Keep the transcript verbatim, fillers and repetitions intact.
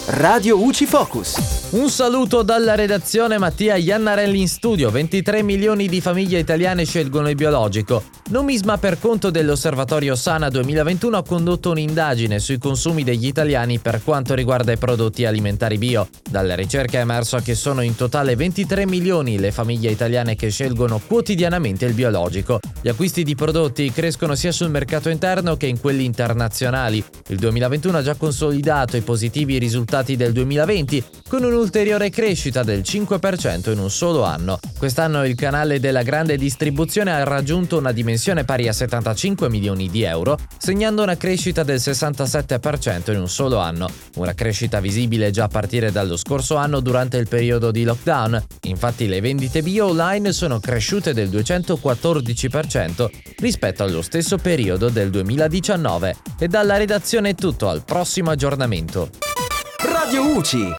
Radio U C I Focus. Un saluto dalla redazione, Mattia Iannarelli in studio. ventitré milioni di famiglie italiane scelgono il biologico. Nomisma, per conto dell'Osservatorio Sana duemilaventuno, ha condotto un'indagine sui consumi degli italiani per quanto riguarda i prodotti alimentari bio. Dalla ricerca è emerso che sono in totale ventitré milioni le famiglie italiane che scelgono quotidianamente il biologico. Gli acquisti di prodotti crescono sia sul mercato interno che in quelli internazionali. Il duemilaventuno ha già consolidato i positivi risultati del duemilaventi, con un'ulteriore crescita del cinque per cento in un solo anno. Quest'anno il canale della grande distribuzione ha raggiunto una dimensione pari a settantacinque milioni di euro, segnando una crescita del sessantasette per cento in un solo anno. Una crescita visibile già a partire dallo scorso anno durante il periodo di lockdown. Infatti le vendite bio online sono cresciute del duecentoquattordici per cento rispetto allo stesso periodo del duemiladiciannove. E dalla redazione è tutto, al prossimo aggiornamento. Radio U C I.